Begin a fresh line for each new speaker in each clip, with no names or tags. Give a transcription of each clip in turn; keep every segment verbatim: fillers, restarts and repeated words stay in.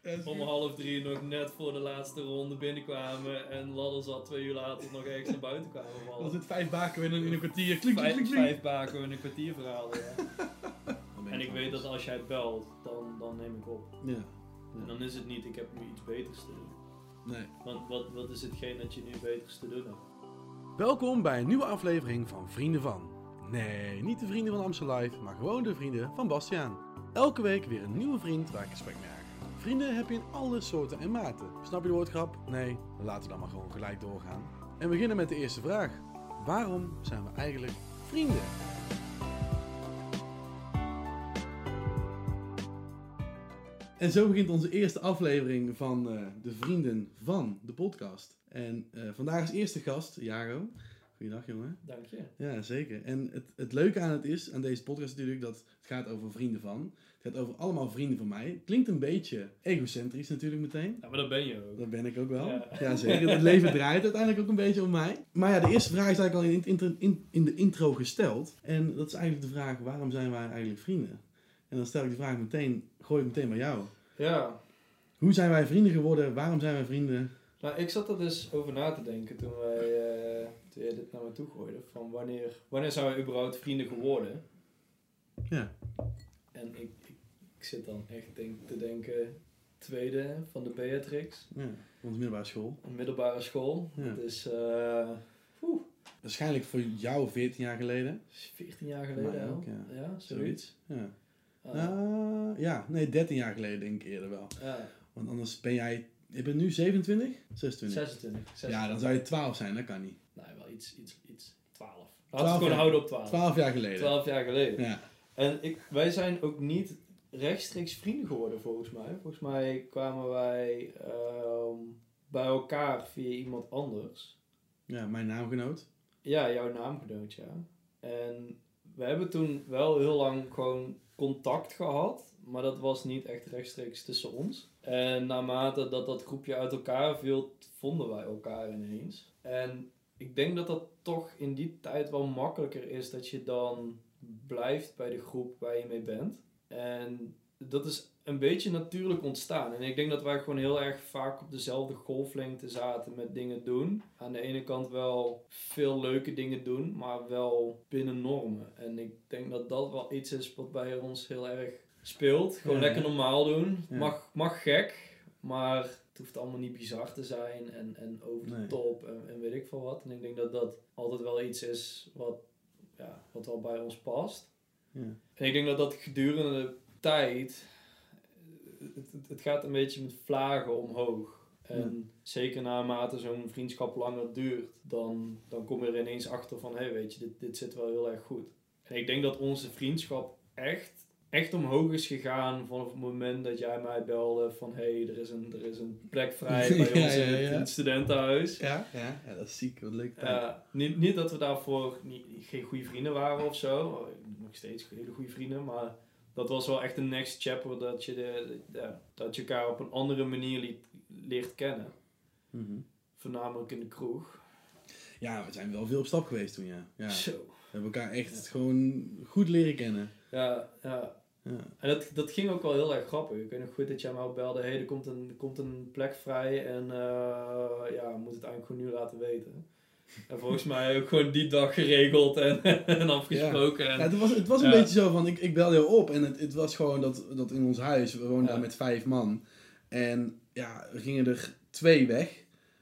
om half drie nog net voor de laatste ronde binnenkwamen en ladder zat twee uur later nog ergens naar buiten kwamen vallen.
Was het vijf baken in een, in een kwartier? Klink, klink, klink,
Vijf, vijf baken in een kwartier verhaal, ja. En ik weet dat als jij belt, dan, dan neem ik op.
Ja. Ja.
En dan is het niet, ik heb nu iets beters te doen.
Nee.
Want wat, wat is hetgeen dat je nu beters te doen hebt?
Welkom bij een nieuwe aflevering van Vrienden van. Nee, niet de vrienden van Amstel Live, maar gewoon de vrienden van Bastiaan. Elke week weer een nieuwe vriend waar ik gesprek mee aanga. Vrienden heb je in alle soorten en maten. Snap je de woordgrap? Nee, dan laten we dan maar gewoon gelijk doorgaan. En we beginnen met de eerste vraag. Waarom zijn we eigenlijk vrienden? En zo begint onze eerste aflevering van uh, de Vrienden van de podcast. En uh, vandaag is eerste gast, Jago. Goeiedag, jongen.
Dank je.
Ja, zeker. En het, het leuke aan het is, aan deze podcast natuurlijk, dat het gaat over vrienden van. Het gaat over allemaal vrienden van mij. Klinkt een beetje egocentrisch natuurlijk meteen.
Ja, maar dat ben je ook.
Dat ben ik ook wel.
Ja.
Ja, zeker. Het leven draait uiteindelijk ook een beetje om mij. Maar ja, de eerste vraag is eigenlijk al in, het intro, in, in de intro gesteld. En dat is eigenlijk de vraag, waarom zijn wij eigenlijk vrienden? En dan stel ik de vraag meteen, gooi ik meteen bij jou.
Ja.
Hoe zijn wij vrienden geworden? Waarom zijn wij vrienden?
Nou, ik zat er dus over na te denken toen wij uh, toen jij dit naar me toe gooide. Van wanneer, wanneer zijn wij überhaupt vrienden geworden?
Ja.
En ik, ik, ik zit dan echt denk, te denken, tweede van de Beatrix.
Ja, onze middelbare school.
Een middelbare school.
Ja.
Dat is uh, oeh,
Waarschijnlijk voor jou veertien jaar geleden.
veertien jaar geleden
Mij
al.
ook, ja.
Ja, zoiets.
Ja.
Uh,
Uh, ja, nee, dertien jaar geleden denk ik eerder wel.
ja.
Want anders ben jij... Je bent nu zevenentwintig? zesentwintig?
zesentwintig. zesentwintig.
Ja, dan zou je twaalf zijn, dat kan niet.
Nee, wel iets, iets, iets. twaalf. Laten we
twaalf
het gewoon
jaar.
houden op twaalf.
twaalf jaar geleden.
twaalf jaar geleden.
Ja.
En ik, wij zijn ook niet rechtstreeks vrienden geworden volgens mij. Volgens mij kwamen wij um, bij elkaar via iemand anders.
Ja, mijn naamgenoot.
Ja, jouw naamgenoot, ja. En we hebben toen wel heel lang gewoon contact gehad, maar dat was niet echt rechtstreeks tussen ons. En naarmate dat dat groepje uit elkaar viel, vonden wij elkaar ineens. En ik denk dat dat toch in die tijd wel makkelijker is dat je dan blijft bij de groep waar je mee bent. En dat is een beetje natuurlijk ontstaan. En ik denk dat wij gewoon heel erg vaak op dezelfde golflengte zaten met dingen doen. Aan de ene kant wel veel leuke dingen doen, maar wel binnen normen. En ik denk dat dat wel iets is wat bij ons heel erg speelt. Gewoon
Ja,
lekker
ja.
normaal doen.
Ja.
Mag, mag gek, maar het hoeft allemaal niet bizar te zijn en, en over de
Nee.
top en, en weet ik veel wat. En ik denk dat dat altijd wel iets is wat, ja, wat wel bij ons past.
Ja.
En ik denk dat dat gedurende de tijd, het, het, het gaat een beetje met vlagen omhoog. En
Ja.
zeker naarmate zo'n vriendschap langer duurt, dan, dan kom je er ineens achter van, hé, hey, weet je, dit, dit zit wel heel erg goed. En ik denk dat onze vriendschap echt, echt omhoog is gegaan vanaf het moment dat jij mij belde van, hé, hey, er is een, er is een plek vrij bij
Ja,
ons
ja,
in, het,
ja.
in het studentenhuis.
Ja, ja, ja, dat is ziek. Wat leuk.
Uh, niet, niet dat we daarvoor niet, geen goede vrienden waren of zo. Nog steeds hele goede vrienden. Maar dat was wel echt een next chapter. Dat je, de, de, dat je elkaar op een andere manier liet, leert kennen.
Mm-hmm.
Voornamelijk in de kroeg.
Ja, we zijn wel veel op stap geweest toen, ja. ja.
Zo.
We hebben elkaar echt ja. gewoon goed leren kennen.
Ja, ja.
Ja.
En dat, dat ging ook wel heel erg grappig. Ik weet nog goed dat jij mij belde. Hé, hey, er komt een, er komt een plek vrij. En uh, ja, we moeten het eigenlijk gewoon nu laten weten. En volgens mij ook gewoon die dag geregeld en, en afgesproken.
Ja.
En,
Ja, het was, het was een
ja.
beetje zo van, ik, ik belde jou op en het, het was gewoon dat, dat in ons huis, we woonden
Ja.
daar met vijf man. En ja, er gingen er twee weg.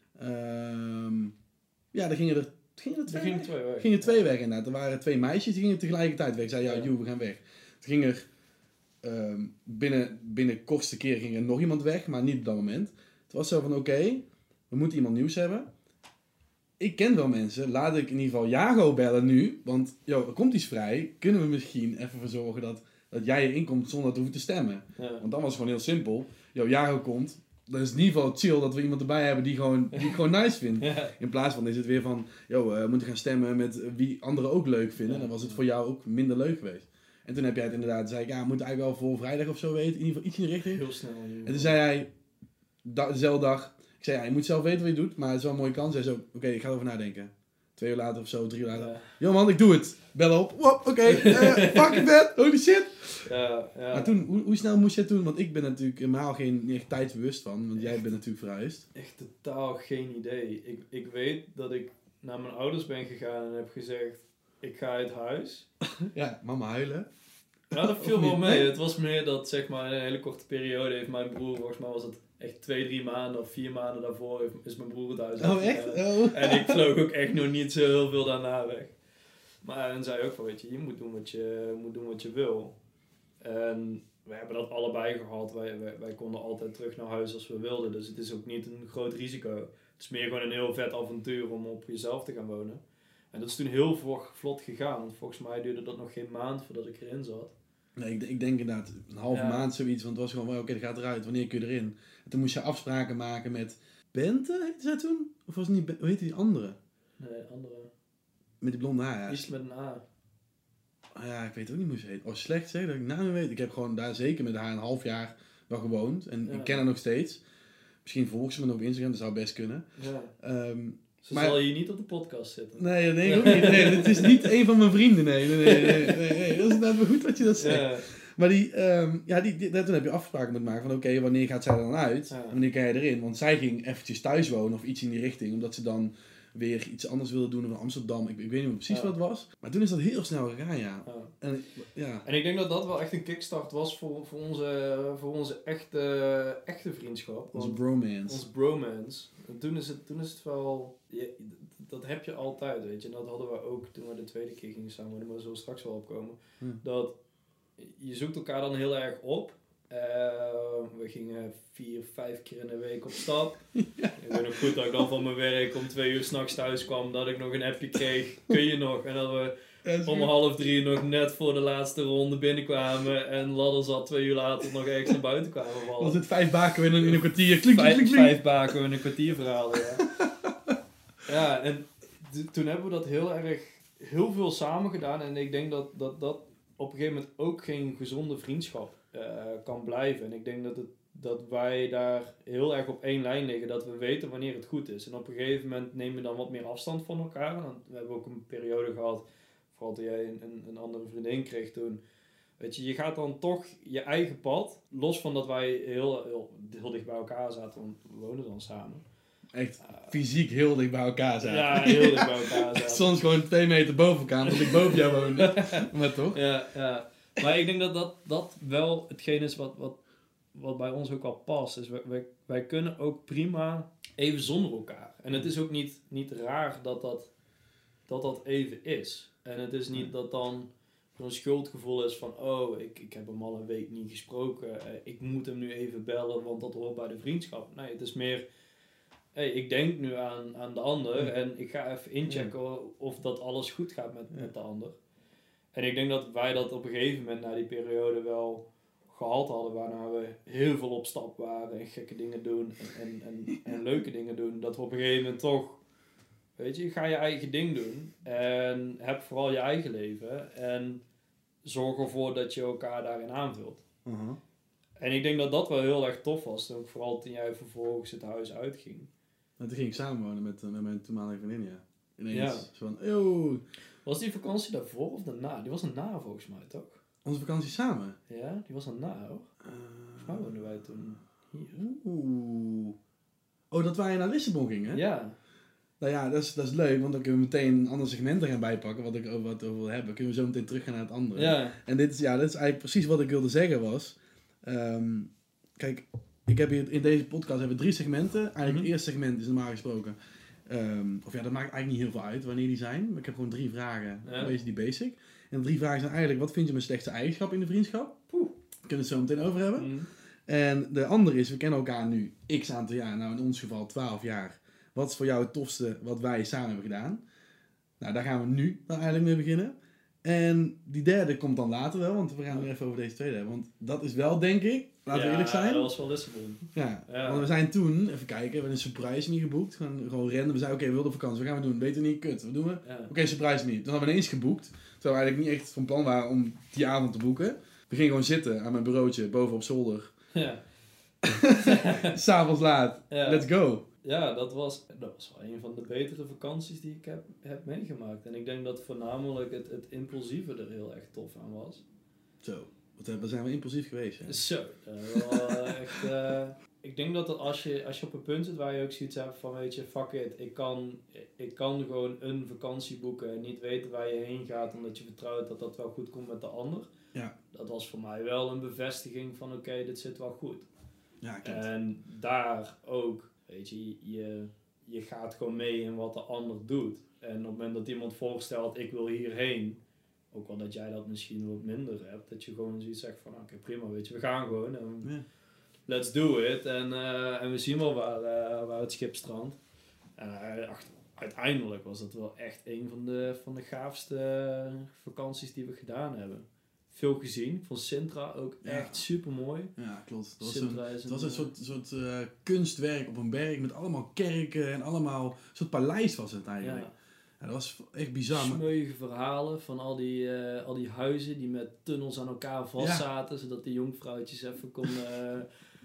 Um, ja, er gingen er, gingen er twee
er gingen
weg.
twee weg.
Er gingen twee weg inderdaad. Er waren twee meisjes die gingen tegelijkertijd weg. Ik zei, ja,
Ja.
joh, we gaan weg. Toen ging er, um, binnen, binnen kortste keer ging er nog iemand weg, maar niet op dat moment. Het was zo van, oké, okay, we moeten iemand nieuws hebben. Ik ken wel mensen, laat ik in ieder geval Jago bellen nu, want joh, er komt iets vrij, kunnen we misschien even voor zorgen dat, dat jij erin komt zonder dat we hoeven te stemmen.
Ja.
Want dan was het gewoon heel simpel. Joh, Jago komt, dan is het in ieder geval chill dat we iemand erbij hebben die, gewoon, die ik gewoon nice vindt.
Ja.
In plaats van is het weer van, joh, we moeten gaan stemmen met wie anderen ook leuk vinden.
Ja.
Dan was het voor jou ook minder leuk geweest. En toen heb jij het inderdaad, zei ik, ja, we moeten eigenlijk wel voor vrijdag of zo weten, in ieder geval iets in de richting.
Heel snel.
En toen zei hij, da- dezelfde dag, ik zei, ja, je moet zelf weten wat je doet, maar het is wel een mooie kans. Hij zei zo, oké, okay, ik ga erover nadenken. Twee uur later of zo, drie uur later.
Ja.
Yo man, ik doe het. Bel op. Wop, oké. Okay. Uh, fucking vet. Holy shit.
Ja, ja.
Maar toen, hoe, hoe snel moest jij toen? Want ik ben natuurlijk helemaal geen niet echt tijdsbewust van. Want jij bent natuurlijk verhuisd.
Echt totaal geen idee. Ik, ik weet dat ik naar mijn ouders ben gegaan en heb gezegd, ik ga uit huis.
Ja, mama huilen.
Ja, dat viel wel mee. Het was meer dat, zeg maar, in een hele korte periode heeft mijn broer, volgens mij was het echt twee, drie maanden of vier maanden daarvoor, heeft, is mijn broer het huis
Oh, echt? Oh.
En ik vloog ook echt nog niet zo heel veel daarna weg. Maar dan zei ook van, weet je, je moet doen wat je, moet doen wat je wil. En we hebben dat allebei gehad. Wij, wij, wij konden altijd terug naar huis als we wilden. Dus het is ook niet een groot risico. Het is meer gewoon een heel vet avontuur om op jezelf te gaan wonen. En dat is toen heel vlot gegaan. Want volgens mij duurde dat nog geen maand voordat ik erin zat.
Nee, ik, ik denk inderdaad een halve
Ja.
maand zoiets. Want het was gewoon, well, oké, okay, dat gaat eruit. Wanneer kun je erin? En toen moest je afspraken maken met Bente, heette zij toen? Of was het niet, Be- hoe heette die andere?
Nee, andere.
Met die blonde haar. Ja.
Iets met een A.
Oh ja, ik weet ook niet hoe ze heet. Oh, slecht zeg dat ik naam niet weet. Ik heb gewoon daar zeker met haar een half jaar wel gewoond. En
Ja.
ik ken haar nog steeds. Misschien volgt ze me nog op Instagram, dat zou best kunnen.
Ja.
Um,
Ze
maar...
zal hier niet op de podcast zitten.
Nee, dat denk ik ook niet. Nee, het is niet een van mijn vrienden. Nee, nee, nee. nee, nee, nee. Dat is inderdaad wel goed wat je dat zegt.
Ja.
Maar die, um, ja, die, die, toen heb je afspraken moeten maken van oké, okay, wanneer gaat zij er dan uit?
Ja.
Wanneer kan jij erin? Want zij ging eventjes thuis wonen of iets in die richting. Omdat ze dan weer iets anders wilde doen in Amsterdam. Ik, ik weet niet meer precies
Ja.
wat het was. Maar toen is dat heel snel gegaan, ja.
Ja.
En, ja.
En ik denk dat dat wel echt een kickstart was voor, voor onze, voor onze echte, echte vriendschap.
Onze
Want-
bromance.
Onze bromance. En toen is het, toen is het wel... Je, dat heb je altijd, weet je. En dat hadden we ook toen we de tweede keer gingen samenwonen. Maar daar zullen we straks wel opkomen.
Hm.
Dat je zoekt elkaar dan heel erg op. Uh, we gingen vier, vijf keer in de week op stap. Ja. Ik weet nog goed dat ik dan van mijn werk om twee uur 's nachts thuis kwam. Dat ik nog een appje kreeg. Kun je nog? En dat we om half drie nog net voor de laatste ronde binnenkwamen. En ladder zat twee uur later nog ergens naar buiten kwamen vallen.
Was het vijf baken in een, in een kwartier? Klink, klink,
Vijf,
klink, klink.
vijf baken in een kwartier verhalen, ja. Ja, en d- toen hebben we dat heel erg, heel veel samen gedaan. En ik denk dat dat, dat op een gegeven moment ook geen gezonde vriendschap uh, kan blijven. En ik denk dat, het, dat wij daar heel erg op één lijn liggen. Dat we weten wanneer het goed is. En op een gegeven moment neem je dan wat meer afstand van elkaar. En we hebben ook een periode gehad, vooral toen jij een, een, een andere vriendin kreeg toen. Weet je, je gaat dan toch je eigen pad. Los van dat wij heel, heel, heel dicht bij elkaar zaten, want we wonen dan samen.
Echt fysiek heel dicht bij elkaar zaten.
Ja, heel dicht bij elkaar zaten.
Soms gewoon twee meter boven elkaar, omdat ik boven jou woonde. Maar toch?
Ja, ja. Maar ik denk dat dat, dat wel hetgeen is wat, wat, wat bij ons ook wel past. Dus wij, wij, wij kunnen ook prima even zonder elkaar. En het is ook niet, niet raar dat dat, dat dat even is. En het is niet dat dan een schuldgevoel is van, oh, ik, ik heb hem al een week niet gesproken. Uh, ik moet hem nu even bellen, want dat hoort bij de vriendschap. Nee, het is meer, hey, ik denk nu aan, aan de ander
Ja.
en ik ga even inchecken
Ja.
of dat alles goed gaat met,
Ja.
met de ander. En ik denk dat wij dat op een gegeven moment na die periode wel gehad hadden, waarna we heel veel op stap waren en gekke dingen doen en, en, en, en leuke dingen doen. Dat we op een gegeven moment toch, weet je, ga je eigen ding doen en heb vooral je eigen leven en zorg ervoor dat je elkaar daarin aanvult.
Uh-huh.
En ik denk dat dat wel heel erg tof was, ook vooral toen jij vervolgens het huis uitging.
En toen ging ik samenwonen met, uh, met mijn toenmalige vriendin, ja. Ineens
Ja.
zo van, yo,
Was die vakantie daarvoor of daarna? Die was erna volgens mij, toch?
onze vakantie samen.
Ja, die was erna hoor.
Uh,
Volgens mij woonden wij toen hier.
Oeh. Oh, dat wij naar Lissabon gingen?
Ja.
Nou ja, dat is, dat is leuk, want dan kunnen we meteen een ander segment er gaan bijpakken, wat ik over wat over wil hebben. Kunnen we zo meteen teruggaan naar het andere.
Ja.
En dit is, ja, dit is eigenlijk precies wat ik wilde zeggen was. Um, kijk, ik heb hier in deze podcast hebben we drie segmenten. Eigenlijk
Mhm.
het eerste segment is normaal gesproken. Um, of ja, dat maakt eigenlijk niet heel veel uit wanneer die zijn. Maar ik heb gewoon drie vragen.
Ja.
Een beetje die basic. En de drie vragen zijn eigenlijk, wat vind je mijn slechtste eigenschap in de vriendschap?
Poeh.
Daar kunnen we het zo meteen over hebben.
Mm.
En de andere is, we kennen elkaar nu x aantal jaar. Nou, in ons geval twaalf jaar. Wat is voor jou het tofste wat wij samen hebben gedaan? Nou, daar gaan we nu dan eigenlijk mee beginnen. En die derde komt dan later wel, want we gaan nu even over deze tweede hebben. Want dat is wel, denk ik, laten we
Ja,
eerlijk zijn.
dat was wel Lissabon.
Ja,
Ja.
want we zijn toen, even kijken, we hebben een surprise me geboekt. Gewoon, gewoon random. We zeiden, oké, okay, we wilden op vakantie, wat gaan we doen? Weten we niet, kut, wat doen we? Oké,
Ja.
okay, surprise me. Toen hadden we ineens geboekt, terwijl we eigenlijk niet echt van plan waren om die avond te boeken. We gingen gewoon zitten aan mijn bureautje, boven op zolder.
Ja.
S'avonds laat,
Ja.
let's go.
ja, dat was, dat was wel een van de betere vakanties die ik heb, heb meegemaakt. En ik denk dat voornamelijk het, het impulsieve er heel erg tof aan was.
Zo, wat, wat zijn we impulsief geweest. Hè?
Zo, dat was wel echt... Uh, ik denk dat, dat als, je, als je op een punt zit waar je ook zoiets hebt van, weet je, fuck it, ik kan, ik kan gewoon een vakantie boeken en niet weten waar je heen gaat, omdat je vertrouwt dat dat wel goed komt met de ander.
Ja.
Dat was voor mij wel een bevestiging van, oké, okay, dit zit wel goed.
Ja, klopt.
En daar ook, weet je, je, je gaat gewoon mee in wat de ander doet. En op het moment dat iemand voorstelt, ik wil hierheen, ook al dat jij dat misschien wat minder hebt, dat je gewoon zoiets zegt van, oké, okay, prima, weet je, we gaan gewoon. En
Ja.
Let's do it. En, uh, en we zien wel waar, uh, waar het schip strandt. En uh, uiteindelijk was dat wel echt een van de, van de gaafste vakanties die we gedaan hebben. Veel gezien. Ik vond Sintra ook ja. echt super mooi.
Ja, klopt. Het was, een, het was een soort, soort uh, kunstwerk op een berg met allemaal kerken en allemaal... Een soort paleis was het eigenlijk. Ja. Ja, dat was echt bizar.
Smeuïge verhalen van al die, uh, al die huizen die met tunnels aan elkaar vast zaten. Ja. Zodat de jonkvrouwtjes even konden, uh,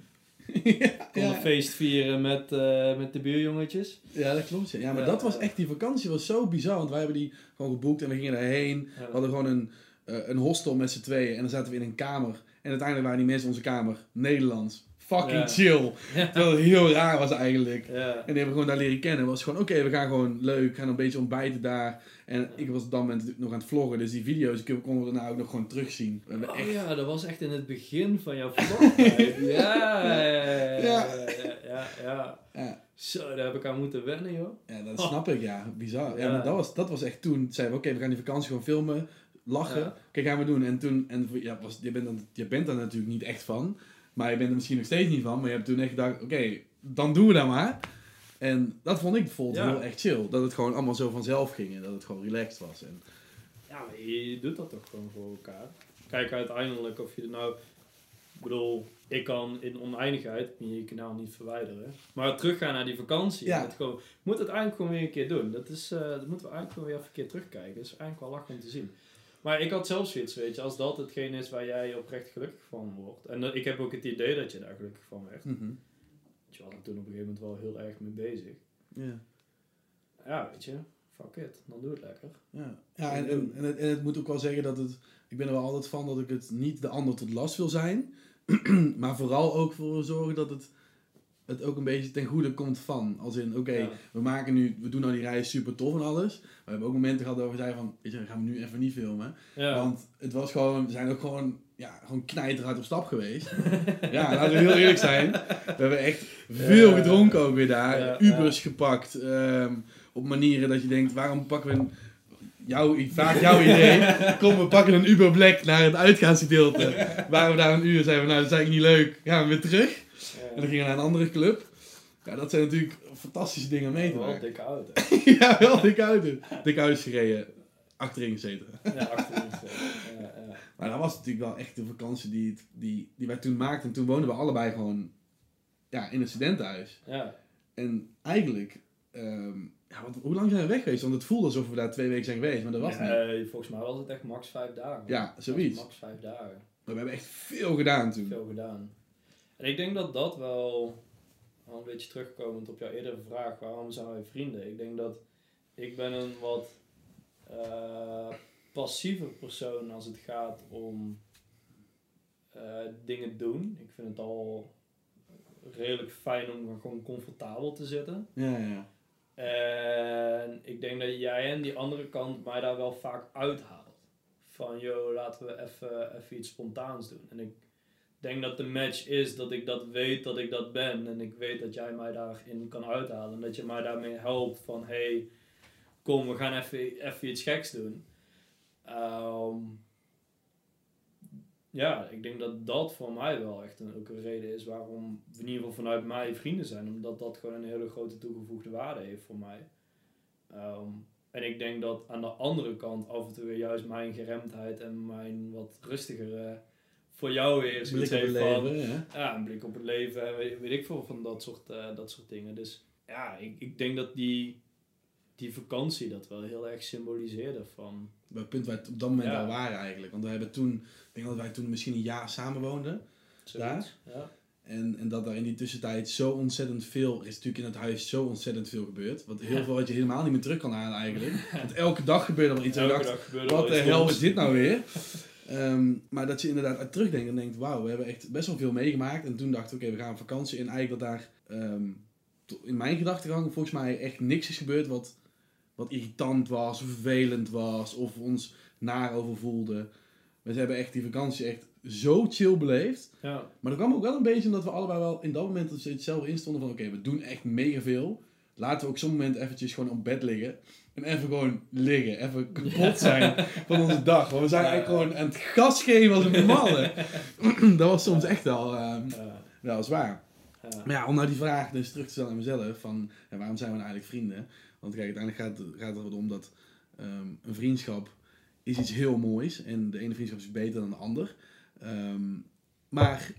ja, konden ja. feest vieren met, uh, met de buurjongetjes.
Ja, dat klopt. Ja, ja maar ja, dat was echt, die vakantie was zo bizar. Want wij hebben die gewoon geboekt en we gingen daarheen. Ja. We hadden gewoon een, uh, een hostel met z'n tweeën. En dan zaten we in een kamer. En uiteindelijk waren die mensen in onze kamer Nederlands. Fucking ja. chill. Ja. Terwijl het heel raar was eigenlijk. Ja. En die hebben we gewoon daar leren kennen. Het was gewoon, oké, okay, we gaan gewoon leuk. Gaan een beetje ontbijten daar. En ja. ik was op dat moment nog aan het vloggen. Dus die video's konden we daarna ook nog gewoon terugzien. We
oh
echt...
ja, dat was echt in het begin van jouw vlog. ja, ja, ja, ja, ja, ja. ja. Zo, daar heb ik aan moeten wennen, joh.
Ja, dat snap oh. ik, ja. Bizar. Ja, ja. Maar dat was, dat was echt toen. Zeiden we, oké, okay, we gaan die vakantie gewoon filmen. Lachen. Ja. Kijk, gaan we doen. En toen, en ja, was, je, bent dan, je bent daar natuurlijk niet echt van. Maar je bent er misschien nog steeds niet van. Maar je hebt toen echt gedacht, oké, okay, dan doen we dat maar. En dat vond ik bijvoorbeeld ja. heel echt chill. Dat het gewoon allemaal zo vanzelf ging. En dat het gewoon relaxed was. En...
Ja, maar je doet dat toch gewoon voor elkaar. Kijk uiteindelijk of je er nou... Ik bedoel, ik kan in oneindigheid je kanaal niet verwijderen. Maar teruggaan naar die vakantie. Ja. Het gewoon, moet het eigenlijk gewoon weer een keer doen. Dat, is, uh, dat moeten we eigenlijk gewoon weer even een keer terugkijken. Dat is eigenlijk wel lachen om te zien. Maar ik had zelfs zoiets, weet je, als dat hetgeen is waar jij oprecht gelukkig van wordt. En uh, ik heb ook het idee dat je daar gelukkig van werd.
Mm-hmm.
Je was er toen op een gegeven moment wel heel erg mee bezig.
Ja. Yeah.
Ja, weet je, fuck it, dan doe het lekker.
Ja, ja en, en, en, het, en het moet ook wel zeggen dat het, ik ben er wel altijd van dat ik het niet de ander tot last wil zijn. Maar vooral ook voor zorgen dat het, het ook een beetje ten goede komt van. Als in, oké, okay, ja. we maken nu, we doen nou die reis super tof en alles. Maar we hebben ook momenten gehad waar we zeiden van, weet je, dan gaan we nu even niet filmen. Ja. Want het was gewoon, we zijn ook gewoon, ja, gewoon knijterhard op stap geweest. Ja, laten we heel eerlijk zijn. We hebben echt veel ja. gedronken ook weer daar. Ja, Ubers ja. gepakt. Um, op manieren dat je denkt, waarom pakken we een... Jouw, vaak jouw idee. Kom, we pakken een Uber Black naar het uitgaansgedeelte. Waren we daar een uur, zeiden we, nou, dat is eigenlijk niet leuk. Gaan we weer terug. Ja. En dan gingen we naar een andere club. Ja, dat zijn natuurlijk fantastische dingen mee te maken.
Wel dikke auto.
Ja, wel dikke auto. Dikke auto's gereden. Achterin gezeten.
Ja, achterin gezeten. Ja, ja.
Maar dat was natuurlijk wel echt de vakantie die, die, die wij toen maakten. En toen woonden we allebei gewoon ja, in een studentenhuis.
Ja.
En eigenlijk... Um, Ja, want hoe lang zijn we weg geweest? Want het voelde alsof we daar twee weken zijn geweest, maar dat was
nee,
niet.
Volgens mij was het echt max vijf dagen.
Ja, zoiets.
Max vijf dagen.
Maar we hebben echt veel gedaan toen.
Veel gedaan. En ik denk dat dat wel, al een beetje terugkomend op jouw eerdere vraag, waarom zijn wij vrienden? Ik denk dat ik ben een wat uh, passieve persoon als het gaat om uh, dingen doen. Ik vind het al redelijk fijn om gewoon comfortabel te zitten.
Ja, ja.
En ik denk dat jij aan die andere kant mij daar wel vaak uithaalt. Van, joh, laten we even, even iets spontaans doen. En ik denk dat de match is dat ik dat weet dat ik dat ben. En ik weet dat jij mij daarin kan uithalen. En dat je mij daarmee helpt van, hey, kom, we gaan even, even iets geks doen. Um, ja, ik denk dat dat voor mij wel echt een, ook een reden is waarom in ieder geval vanuit mij vrienden zijn. Omdat dat gewoon een hele grote toegevoegde waarde heeft voor mij. Um, en ik denk dat aan de andere kant af en toe weer juist mijn geremdheid en mijn wat rustigere voor jou weer zoiets heeft van...
Leven, ja.
ja, een blik op het leven en weet, weet ik veel van dat soort, uh, dat soort dingen. Dus ja, ik, ik denk dat die, die vakantie dat wel heel erg symboliseerde van...
Bij het punt waar we op dat moment ja. al waren eigenlijk. Want we hebben toen, ik denk dat wij toen misschien een jaar samen woonden.
Zoiets, daar. Ja.
En, en dat daar in die tussentijd zo ontzettend veel... Er is natuurlijk in het huis zo ontzettend veel gebeurd. Wat heel veel wat je helemaal niet meer terug kan halen eigenlijk. Want elke dag gebeurde er iets. En ik dacht, wat de hel is dit nou weer? Um, maar dat je inderdaad uit terugdenkt en denkt... Wauw, we hebben echt best wel veel meegemaakt. En toen dacht ik, oké, okay, we gaan op vakantie. En eigenlijk dat daar um, in mijn gedachtegang volgens mij echt niks is gebeurd... wat, wat irritant was of vervelend was of ons naar over voelde. We hebben echt die vakantie echt zo chill beleefd. Ja. Maar dat kwam ook wel een beetje omdat we allebei wel in dat moment hetzelfde instonden van... Oké, okay, we doen echt mega veel. Laten we ook zo'n moment eventjes gewoon op bed liggen. En even gewoon liggen. Even kapot zijn van onze dag. Want we zijn eigenlijk gewoon aan het gas geven als een mannen. Dat was soms echt wel, uh, wel zwaar. Ja. Maar ja, om nou die vraag dus terug te stellen aan mezelf. Van, ja, waarom zijn we nou eigenlijk vrienden? Want kijk, uiteindelijk gaat, gaat het erom dat um, een vriendschap is iets heel moois. En de ene vriendschap is beter dan de ander. Um, maar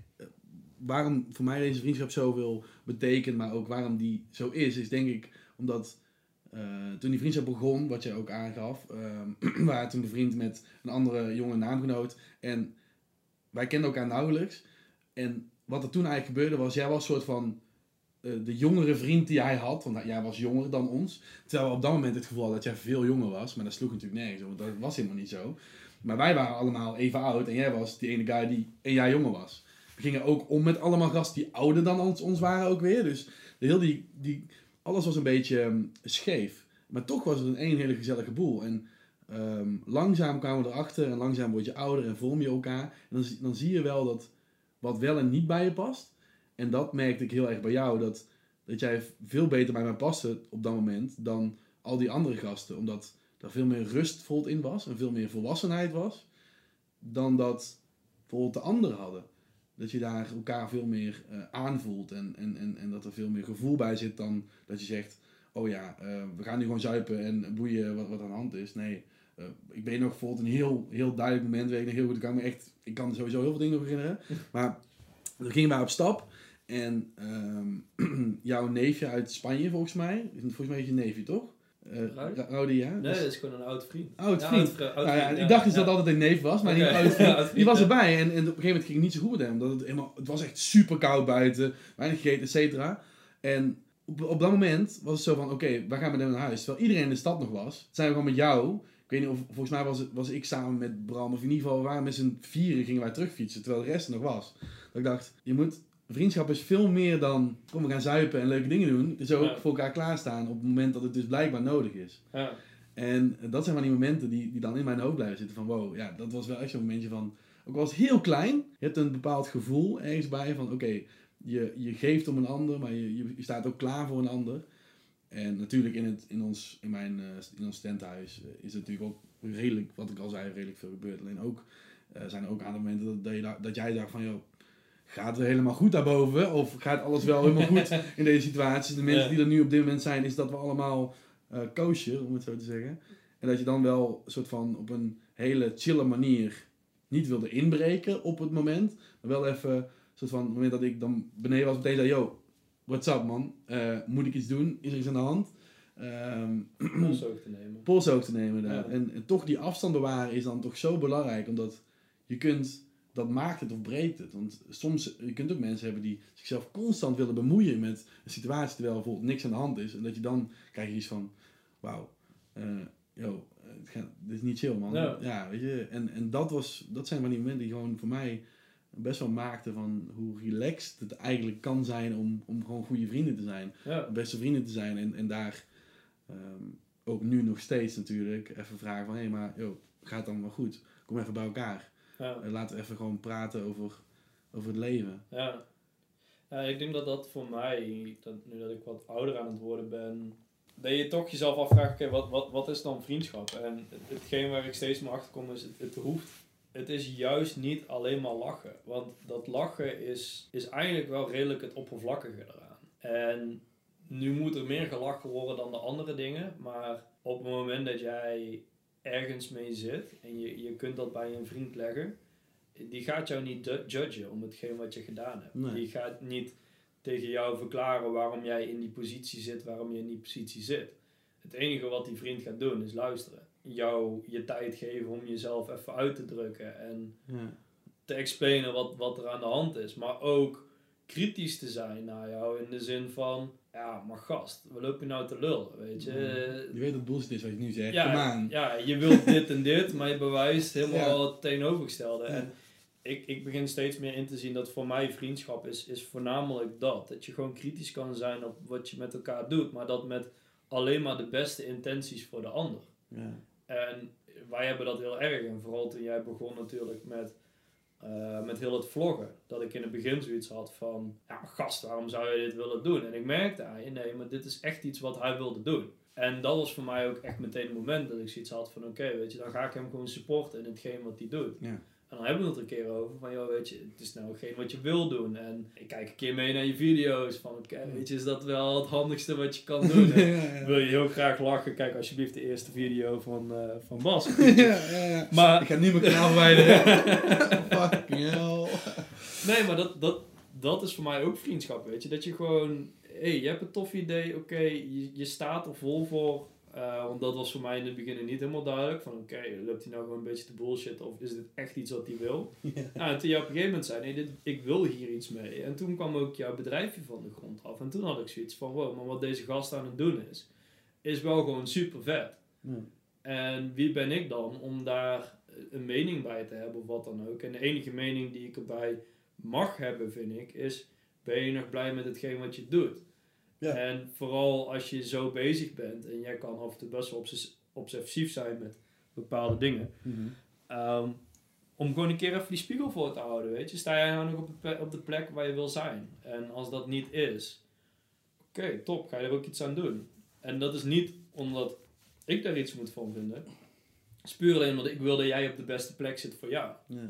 waarom voor mij deze vriendschap zoveel betekent, maar ook waarom die zo is, is denk ik omdat uh, toen die vriendschap begon, wat je ook aangaf, um, we waren toen bevriend met een andere jonge naamgenoot en wij kenden elkaar nauwelijks. En wat er toen eigenlijk gebeurde was, jij was een soort van uh, de jongere vriend die hij had, want jij was jonger dan ons. Terwijl we op dat moment het gevoel hadden dat jij veel jonger was, maar dat sloeg natuurlijk nergens, want dat was helemaal niet zo. Maar wij waren allemaal even oud en jij was die ene guy die een jaar jonger was. We gingen ook om met allemaal gasten die ouder dan ons, ons waren ook weer. Dus de heel die, die, alles was een beetje um, scheef. Maar toch was het een één hele gezellige boel. En um, langzaam kwamen we erachter en langzaam word je ouder en vorm je elkaar. En dan, dan zie je wel dat wat wel en niet bij je past. En dat merkte ik heel erg bij jou. Dat, dat jij veel beter bij mij paste op dat moment dan al die andere gasten. Omdat er veel meer rust vol in was en veel meer volwassenheid was. Dan dat bijvoorbeeld de anderen hadden. Dat je daar elkaar veel meer uh, aanvoelt en, en, en, en dat er veel meer gevoel bij zit dan dat je zegt... Oh ja, uh, we gaan nu gewoon zuipen en boeien wat, wat aan de hand is. Nee, uh, ik ben nog bijvoorbeeld een heel, heel duidelijk moment, weet ik nog heel goed. Ik kan me echt, ik kan sowieso heel veel dingen nog herinneren. Maar we gingen wij op stap en um, jouw neefje uit Spanje volgens mij, volgens mij is je neefje toch? Uh, Rowdy, ja?
Nee, dus, dat is gewoon een oud vriend.
Oud
ja,
vriend.
Oud, oud
nou, ja,
vriend
ik dacht dus
ja.
dat het altijd een neef was, maar
okay.
die oud vriend,
ja, oud vriend,
die was
ja.
erbij. En, en op een gegeven moment ging het niet zo goed met hem, omdat het helemaal, het was echt super koud buiten, weinig gegeten, et cetera. En op, op dat moment was het zo van, oké, okay, waar gaan we dan naar huis? Terwijl iedereen in de stad nog was, zijn we gewoon met jou. Ik weet niet of, volgens mij was, het, was ik samen met Bram, of in ieder geval, we waren met z'n vieren, gingen wij terugfietsen, terwijl de rest er nog was. Dat ik dacht, je moet... Vriendschap is veel meer dan, kom we gaan zuipen en leuke dingen doen. Het is ook ja. voor elkaar klaarstaan op het moment dat het dus blijkbaar nodig is. Ja. En dat zijn van die momenten die, die dan in mijn hoofd blijven zitten van wow, ja, dat was wel echt zo'n momentje van, ook al was het heel klein, je hebt een bepaald gevoel ergens bij van oké, okay, je, je geeft om een ander, maar je, je staat ook klaar voor een ander. En natuurlijk in, het, in, ons, in, mijn, uh, in ons tenthuis is het natuurlijk ook redelijk, wat ik al zei, redelijk veel gebeurd. Alleen ook, uh, zijn er ook aan de momenten dat, dat, je, dat jij dacht van joh, gaat het helemaal goed daarboven? Of gaat alles wel helemaal goed in deze situatie? De mensen ja. die er nu op dit moment zijn, is dat we allemaal uh, kosher, om het zo te zeggen. En dat je dan wel een soort van op een hele chille manier niet wilde inbreken op het moment. Maar wel even, een soort van, het moment dat ik dan beneden was, meteen zei, yo, what's up man? Uh, moet ik iets doen? Is er iets aan de hand? Um,
Polshoog te nemen.
Polshoog te nemen, ja. en, en toch die afstand bewaren is dan toch zo belangrijk, omdat je kunt... Dat maakt het of breekt het. Want soms, je kunt ook mensen hebben die zichzelf constant willen bemoeien met een situatie terwijl er bijvoorbeeld niks aan de hand is. En dat je dan krijg je iets van, wauw, uh, yo, het gaat, dit is niet chill man. Ja, ja weet je. En, en dat, was, dat zijn van die momenten die gewoon voor mij best wel maakten van hoe relaxed het eigenlijk kan zijn om, om gewoon goede vrienden te zijn. Ja. Beste vrienden te zijn. En, en daar um, ook nu nog steeds natuurlijk even vragen van, hé hey, maar yo, gaat het allemaal goed? Kom even bij elkaar. Ja. Laten we even gewoon praten over, over het leven.
Ja. ja, ik denk dat dat voor mij, dat nu dat ik wat ouder aan het worden ben, dat je toch jezelf afvraagt, oké, okay, wat, wat, wat is dan vriendschap? En hetgeen waar ik steeds meer achter kom is, het, het hoeft, het is juist niet alleen maar lachen. Want dat lachen is, is eigenlijk wel redelijk het oppervlakkige eraan. En nu moet er meer gelachen worden dan de andere dingen, maar op het moment dat jij ergens mee zit en je, je kunt dat bij een vriend leggen, die gaat jou niet du- judgen om hetgeen wat je gedaan hebt. Nee. Die gaat niet tegen jou verklaren waarom jij in die positie zit, waarom je in die positie zit. Het enige wat die vriend gaat doen is luisteren. Jou je tijd geven om jezelf even uit te drukken en ja. te explainen wat, wat er aan de hand is. Maar ook kritisch te zijn naar jou in de zin van, ja, maar gast, we lopen nou te lullen, weet je.
Je weet dat het bullshit is wat je nu zegt,
ja,
kom aan.
Ja, je wilt dit en dit, maar je bewijst helemaal
Ja.
het tegenovergestelde.
Ja.
En ik, ik begin steeds meer in te zien dat voor mij vriendschap is, is voornamelijk dat. Dat je gewoon kritisch kan zijn op wat je met elkaar doet, maar dat met alleen maar de beste intenties voor de ander.
Ja.
En wij hebben dat heel erg. En vooral toen jij begon natuurlijk met, uh, met heel het vloggen. Dat ik in het begin zoiets had van, ja gast, waarom zou je dit willen doen? En ik merkte aan je, nee, maar dit is echt iets wat hij wilde doen. En dat was voor mij ook echt meteen het moment dat ik zoiets had van, oké, okay, weet je, dan ga ik hem gewoon supporten in hetgeen wat hij doet.
Ja.
En dan hebben we het er een keer over van, joh, weet je, het is nou hetgeen wat je wil doen. En ik kijk een keer mee naar je video's van, oké, okay, weet je, is dat wel het handigste wat je kan doen?
Ja, ja.
Wil je heel graag lachen, kijk alsjeblieft de eerste video van, uh, van Bas.
Ja, ja, ja.
Maar,
ik ga nu mijn kanaal verwijderen. Fucking hell.
Nee, maar dat, dat, dat is voor mij ook vriendschap, weet je. Dat je gewoon, hé, hey, je hebt een tof idee, oké, okay, je, je staat er vol voor. Uh, want dat was voor mij in het begin niet helemaal duidelijk. Van oké, okay, loopt hij nou gewoon een beetje te bullshit of is dit echt iets wat hij wil? Ja. Nou, en toen jij op een gegeven moment zei, nee, dit, ik wil hier iets mee. En toen kwam ook jouw bedrijfje van de grond af. En toen had ik zoiets van, wow, maar wat deze gast aan het doen is, is wel gewoon super vet. Ja. En wie ben ik dan om daar een mening bij te hebben of wat dan ook. En de enige mening die ik erbij mag hebben, vind ik, is, ben je nog blij met hetgeen wat je doet? Ja. En vooral als je zo bezig bent en jij kan af en toe best wel obs- obsessief zijn met bepaalde dingen. Mm-hmm. Um, om gewoon een keer even die spiegel voor te houden, weet je. Sta jij nou nog op de, pe- op de plek waar je wil zijn? En als dat niet is, oké, okay, top, ga je er ook iets aan doen. En dat is niet omdat ik daar iets moet van vinden. Het is puur alleen omdat ik wil dat jij op de beste plek zit voor jou. Ja.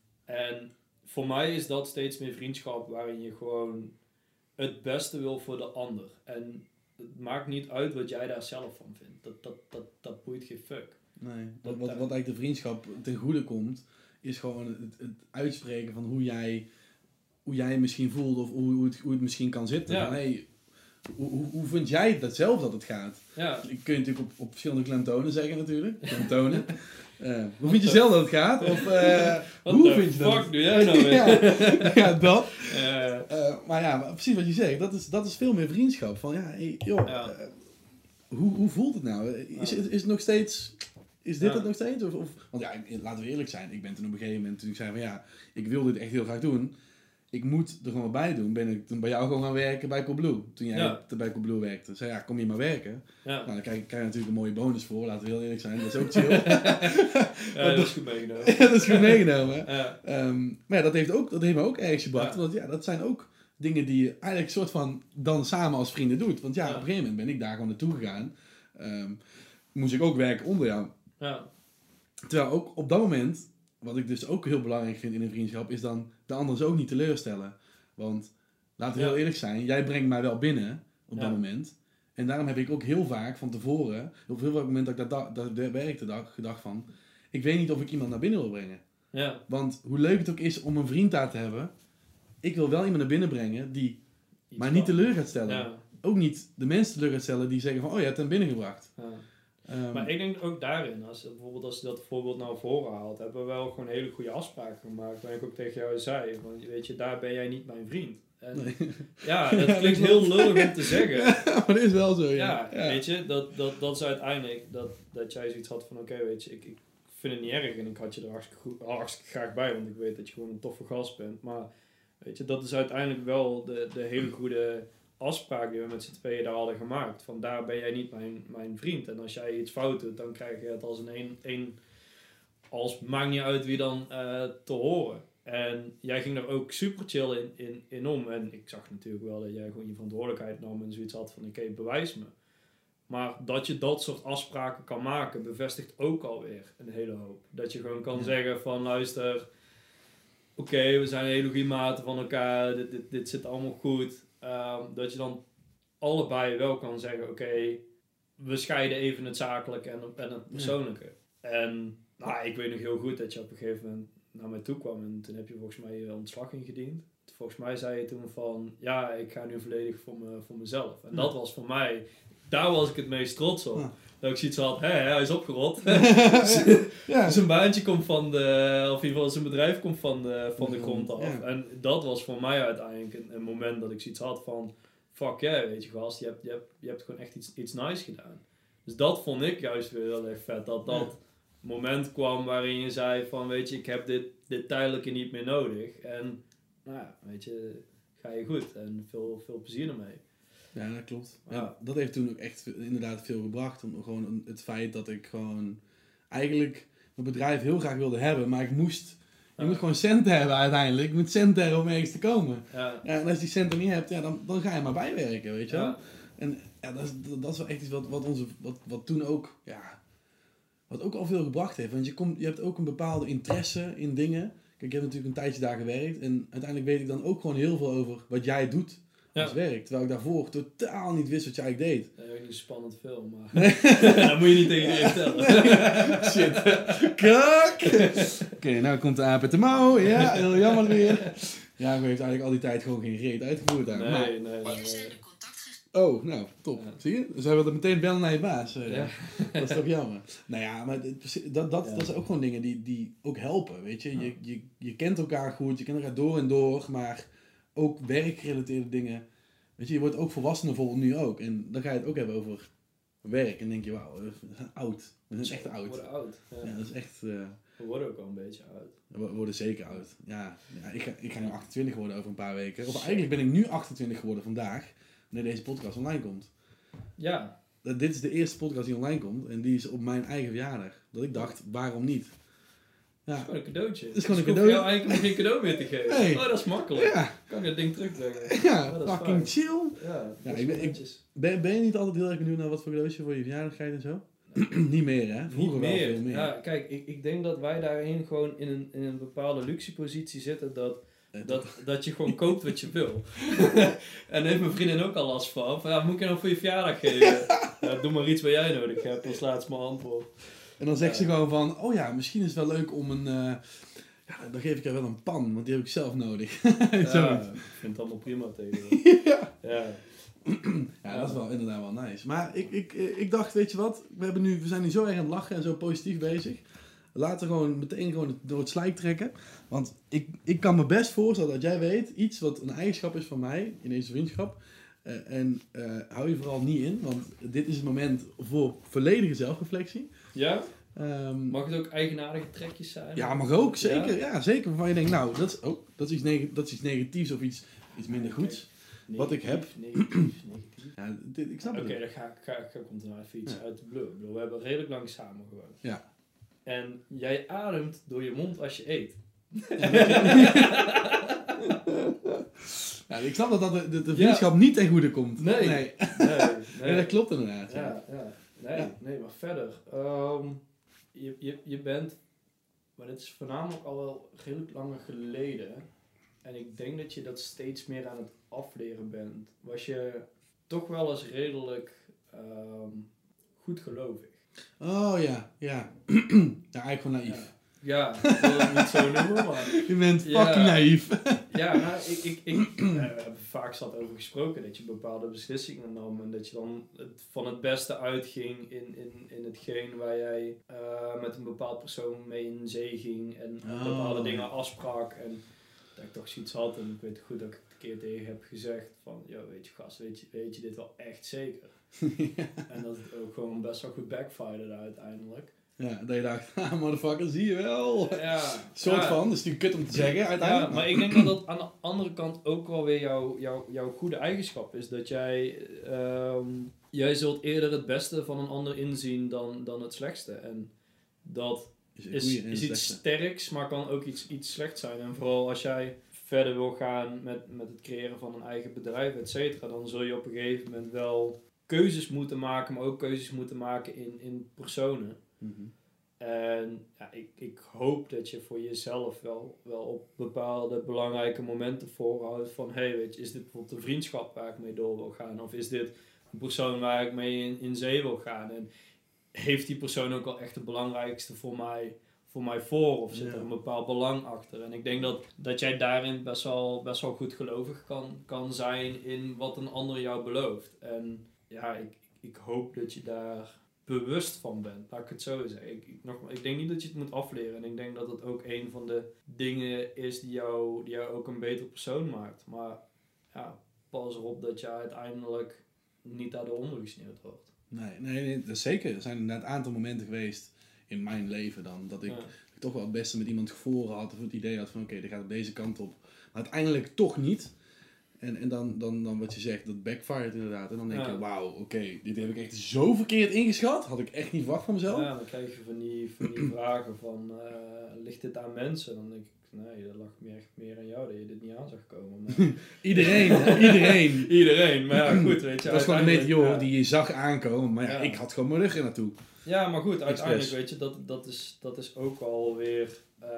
En voor mij is dat steeds meer vriendschap waarin je gewoon het beste wil voor de ander. En het maakt niet uit wat jij daar zelf van vindt. Dat, dat, dat, dat boeit geen fuck.
Nee, wat, wat, wat eigenlijk de vriendschap ten goede komt, is gewoon het, het uitspreken van hoe jij, hoe jij je misschien voelt of hoe, hoe, het, hoe het misschien kan zitten. Ja. Van, hey, hoe, hoe, hoe vind jij dat zelf dat het gaat? Ja. Ik kun je natuurlijk op, op verschillende klemtonen zeggen natuurlijk. Klemtonen. Uh, hoe vind je zelf dat het gaat? Of uh, hoe vind je dat?
Wat fuck doe jij nou weer?
ja, ja, dat. Uh, uh, maar ja, maar precies wat je zegt. Dat is, dat is veel meer vriendschap. Van ja, hey, joh, ja. Uh, hoe, hoe voelt het nou? Is, is, is het nog steeds... Is dit ja. het nog steeds? Of, of, want ja, laten we eerlijk zijn. Ik ben toen op een gegeven moment, toen ik zei van ja, ik wil dit echt heel graag doen. Ik moet er gewoon bij doen. Ben ik toen bij jou gewoon gaan werken bij Coolblue. Toen jij ja. bij Coolblue werkte. Zei ja, kom hier maar werken. Ja. Nou, dan krijg, krijg je natuurlijk een mooie bonus voor. Laten we heel eerlijk zijn. Dat is ook chill.
ja, dat is goed meegenomen.
ja, dat is goed meegenomen. ja. um, maar ja, dat heeft, ook, dat heeft me ook ergens gebracht. Ja. Want ja, dat zijn ook dingen die je eigenlijk soort van dan samen als vrienden doet. Want ja, ja. op een gegeven moment ben ik daar gewoon naartoe gegaan. Um, moest ik ook werken onder jou. Ja. Terwijl ook op dat moment, wat ik dus ook heel belangrijk vind in een vriendschap, is dan de anderen ook niet teleurstellen. Want, laten we ja. heel eerlijk zijn, jij brengt mij wel binnen op ja. dat moment. En daarom heb ik ook heel vaak van tevoren, op heel veel momenten dat ik dat, dat, dat werkte, dag, gedacht van, ik weet niet of ik iemand naar binnen wil brengen. Ja. Want hoe leuk het ook is om een vriend daar te hebben, ik wil wel iemand naar binnen brengen die Iets maar niet teleur gaat stellen. Ja. Ook niet de mensen teleur gaat stellen die zeggen van, oh je hebt hem binnengebracht. Ja.
Um, maar ik denk ook daarin, als, bijvoorbeeld als je dat voorbeeld naar voren haalt, hebben we wel gewoon hele goede afspraken gemaakt. Waar ik ook tegen jou zei, van, weet je, daar ben jij niet mijn vriend. En nee. Ja, dat klinkt heel lullig om te zeggen.
Ja, maar dat is wel zo, ja.
Ja, ja. Weet je, dat, dat, dat is uiteindelijk dat, dat jij zoiets had van, oké, okay, weet je, ik, ik vind het niet erg en ik had je er hartstikke, goed, hartstikke graag bij, want ik weet dat je gewoon een toffe gast bent. Maar, weet je, dat is uiteindelijk wel de, de hele goede afspraak die we met z'n tweeën daar hadden gemaakt. Van daar ben jij niet mijn, mijn vriend. En als jij iets fout doet, dan krijg je het als een, een, een als maakt niet uit wie dan uh, te horen. En jij ging daar ook super chill in, in, in om. En ik zag natuurlijk wel dat jij gewoon je verantwoordelijkheid nam en zoiets had van oké, okay, bewijs me. Maar dat je dat soort afspraken kan maken, bevestigt ook alweer een hele hoop. Dat je gewoon kan ja. zeggen van luister, oké, okay, we zijn hele goede maten van elkaar, dit, dit, dit zit allemaal goed. Um, dat je dan allebei wel kan zeggen, oké, okay, we scheiden even het zakelijke en, en het persoonlijke. Ja. En nou, ik weet nog heel goed dat je op een gegeven moment naar mij toe kwam en toen heb je volgens mij je ontslag ingediend. Volgens mij zei je toen van, ja, ik ga nu volledig voor, me, voor mezelf. En ja. dat was voor mij, daar was ik het meest trots op.
Ja.
Dat ik zoiets had, hé, hij is opgerot.
Ja.
Zijn baantje komt van de, of in ieder geval zijn bedrijf komt van de, van de
Ja,
grond af.
ja.
En dat was voor mij uiteindelijk een, een moment dat ik zoiets had van, fuck yeah, weet je gast, je hebt, je hebt, je hebt gewoon echt iets, iets nice gedaan. Dus dat vond ik juist weer heel erg vet, dat dat
Ja.
moment kwam waarin je zei van, weet je, ik heb dit, dit tijdelijke niet meer nodig. En, nou ja, weet je, ga je goed en veel, veel plezier ermee.
Ja, dat klopt.
Ja.
Ja, dat heeft toen ook echt ve- inderdaad veel gebracht. Om, gewoon een- het feit dat ik gewoon eigenlijk mijn bedrijf heel graag wilde hebben, maar ik moest, je
Ja.
moet gewoon centen hebben uiteindelijk. Je moet centen hebben om ergens te komen.
Ja,
Ja, en als je die centen niet hebt, ja, dan, dan ga je maar bijwerken, weet je wel.
ja,
En ja, dat, is, dat, dat is wel echt iets wat, wat, onze, wat, wat toen ook, ja, wat ook al veel gebracht heeft. Want je, komt, je hebt ook een bepaalde interesse in dingen. Kijk, ik heb natuurlijk een tijdje daar gewerkt. En uiteindelijk weet ik dan ook gewoon heel veel over wat jij doet als
Ja.
werk. Terwijl ik daarvoor totaal niet wist wat jij eigenlijk deed.
dat is ook niet een spannend film, maar dat moet je niet tegen iedereen vertellen.
Shit. Kak! Oké, nou komt de aap uit de mouw. Ja, heel jammer weer. Ja, ik heeft eigenlijk al die tijd gewoon geen reet uitgevoerd. Daar.
Nee,
Maar-
nee, nee.
Nu
nee.
zijn de contactgegevens.
Oh, nou, top.
Ja.
Zie je? Dus hij wilde meteen bellen naar je baas. eh.
Ja.
Dat is toch jammer. Nou ja, maar dit- dat, dat,
Ja.
dat zijn ook gewoon dingen die, die ook helpen, weet je.
Ja.
Je, je. Je kent elkaar goed, je kent elkaar door en door, maar ook werkgerelateerde dingen. Weet je, je wordt ook volwassen bijvoorbeeld nu ook. En dan ga je het ook hebben over werk. En denk je, wauw, we zijn oud. We zijn echt
We
oud.
worden oud. Ja.
Ja, dat is echt... eh,
We worden ook wel een beetje oud.
we worden zeker oud. Ja, ja ik, ga, ik ga nu achtentwintig worden over een paar weken. Of eigenlijk ben ik nu achtentwintig geworden vandaag, wanneer deze podcast online komt.
Ja,
Dat, dit is de eerste podcast die online komt en die is op mijn eigen verjaardag. Dat ik dacht, waarom niet?
dat is
Ja,
gewoon een cadeautje.
is gewoon een
Dus ik
cadeau.
hoef jou eigenlijk nog geen cadeau meer te geven.
Nee.
Oh, dat is makkelijk.
ja,
Kan ik dat ding terugbrengen?
ja
dat is
fucking
fijn.
chill.
Ja,
Ja,
dat
ik ben-
is
ik-
netjes.
Ben, ben je niet altijd heel erg benieuwd naar wat voor cadeautje voor je verjaardag krijgt en zo? Niet meer hè? Vroeger
Niet
wel
meer.
veel meer.
Ja, kijk, ik, ik denk dat wij daarin gewoon in een, in een bepaalde luxe positie zitten dat,
Eh,
dat, dat je gewoon koopt wat je wil. En daar heeft mijn vriendin ook al last van. Van ja, moet ik je nou voor je verjaardag geven? Ja, doe maar iets wat jij nodig hebt, als laatste mijn antwoord.
En dan zegt ze gewoon van, oh ja, misschien is het wel leuk om een... eh, ja, dan geef ik haar wel een pan, want die heb ik zelf nodig.
Ja,
Zoiets.
ik vind het allemaal prima tegenwoordig.
Ja.
Ja.
Ja, dat is wel inderdaad wel nice. Maar ik, ik, ik dacht, weet je wat, we, hebben nu, we zijn nu zo erg aan het lachen en zo positief bezig. Laten we gewoon meteen gewoon door het slijk trekken. Want ik, ik kan me best voorstellen dat jij weet, iets wat een eigenschap is van mij in deze vriendschap. Uh, en uh, hou je vooral niet in, want dit is het moment voor volledige zelfreflectie.
Ja?
Um,
Mag het ook eigenaardige trekjes zijn?
ja, mag ook, zeker.
Ja?
Ja, zeker. Waarvan je denkt, nou, dat is, oh, dat is, iets, neg- dat is iets negatiefs of iets, iets minder
Oké.
goeds. Wat ik heb.
Negatief, negatief.
Ja, dit, ik snap
Oké,
het.
dan ga, ik- ga, ga, komt er nou even iets
Ja.
uit de blue. Ik bedoel, we hebben redelijk lang samen gewoond.
Ja.
En jij ademt door je mond als je eet.
Ja, ik snap dat, dat de, de, de vriendschap niet ten goede komt.
Nee.
Nee.
Nee, nee.
Ja, dat klopt inderdaad. Ja.
Ja, ja. Nee,
Ja.
nee, maar verder. Ehm, je, je, je bent, maar dit is voornamelijk al wel redelijk langer geleden. En ik denk dat je dat steeds meer aan het afleren bent. Was je toch wel eens redelijk ehm goed gelovig?
Oh ja, ja. Ja, eigenlijk gewoon naïef.
Ja, ik wil het niet zo noemen, maar...
Je bent
Ja.
fucking naïef.
Ja, nou, ik, ik, ik, eh, we hebben vaak zat over gesproken dat je bepaalde beslissingen nam en dat je dan het, van het beste uitging in, in, in hetgeen waar jij eh, met een bepaald persoon mee in zee ging en
Oh,
bepaalde
ja.
dingen afsprak en dat ik toch zoiets had en ik weet goed dat ik het een keer tegen heb gezegd van, ja, weet je gast, weet je, weet je dit wel echt zeker? En dat het ook gewoon best wel goed backfired uiteindelijk.
Ja, dat je dacht, ah motherfucker, zie je wel.
Ja,
Soort
ja.
van, dat is natuurlijk kut om te zeggen uiteindelijk.
Ja, maar ik denk dat dat aan de andere kant ook wel weer jouw jouw jouw goede eigenschap is. Dat jij, ehm, jij zult eerder het beste van een ander inzien dan, dan het slechtste. En dat
is een
is,
goeie en een
is iets
slechte.
sterks, maar kan ook iets, iets slechts zijn. En vooral als jij verder wil gaan met, met het creëren van een eigen bedrijf, et cetera, dan zul je op een gegeven moment wel keuzes moeten maken, maar ook keuzes moeten maken in, in personen.
Mhm.
En ja, ik, ik hoop dat je voor jezelf wel, wel op bepaalde belangrijke momenten voorhoudt van, hey, weet je, is dit bijvoorbeeld een vriendschap waar ik mee door wil gaan? Of is dit een persoon waar ik mee in, in zee wil gaan? En heeft die persoon ook al echt het belangrijkste voor mij, voor mij voor? Of zit
Ja.
er een bepaald belang achter? En ik denk dat, dat jij daarin best wel, best wel goed gelovig kan, kan zijn in wat een ander jou belooft. En ja, ik, ik hoop dat je daar bewust van bent, laat ik het zo zeggen. Ik, ik, nog, ik denk niet dat je het moet afleren. En ik denk dat het ook een van de dingen is die jou, die jou ook een betere persoon maakt. Maar ja, pas erop dat je uiteindelijk niet daardoor ondergesneeuwd wordt.
Nee, nee, nee, dat is zeker. Er zijn inderdaad een aantal momenten geweest in mijn leven dan, dat ik,
Ja.
ik toch wel het beste met iemand gevoel had, of het idee had van oké, okay, dit gaat op deze kant op. Maar uiteindelijk toch niet. En, en dan, dan, dan wat je zegt, dat backfired inderdaad. En dan denk
Ja.
je, wauw, oké, okay, dit heb ik echt zo verkeerd ingeschat. Had ik echt niet verwacht van mezelf.
Ja, dan krijg je van die, van die vragen van, uh, ligt dit aan mensen? Dan denk ik, nee, dat lag meer, meer aan jou, dat je dit niet aan zag komen. Maar...
iedereen, iedereen.
Iedereen, maar ja, goed, weet je.
Dat was gewoon een meteoor
ja.
die je zag aankomen, maar ja,
Ja.
ik had gewoon mijn rug er naartoe.
Ja, maar goed, uiteindelijk,
Express.
weet je, dat, dat, is, dat is ook alweer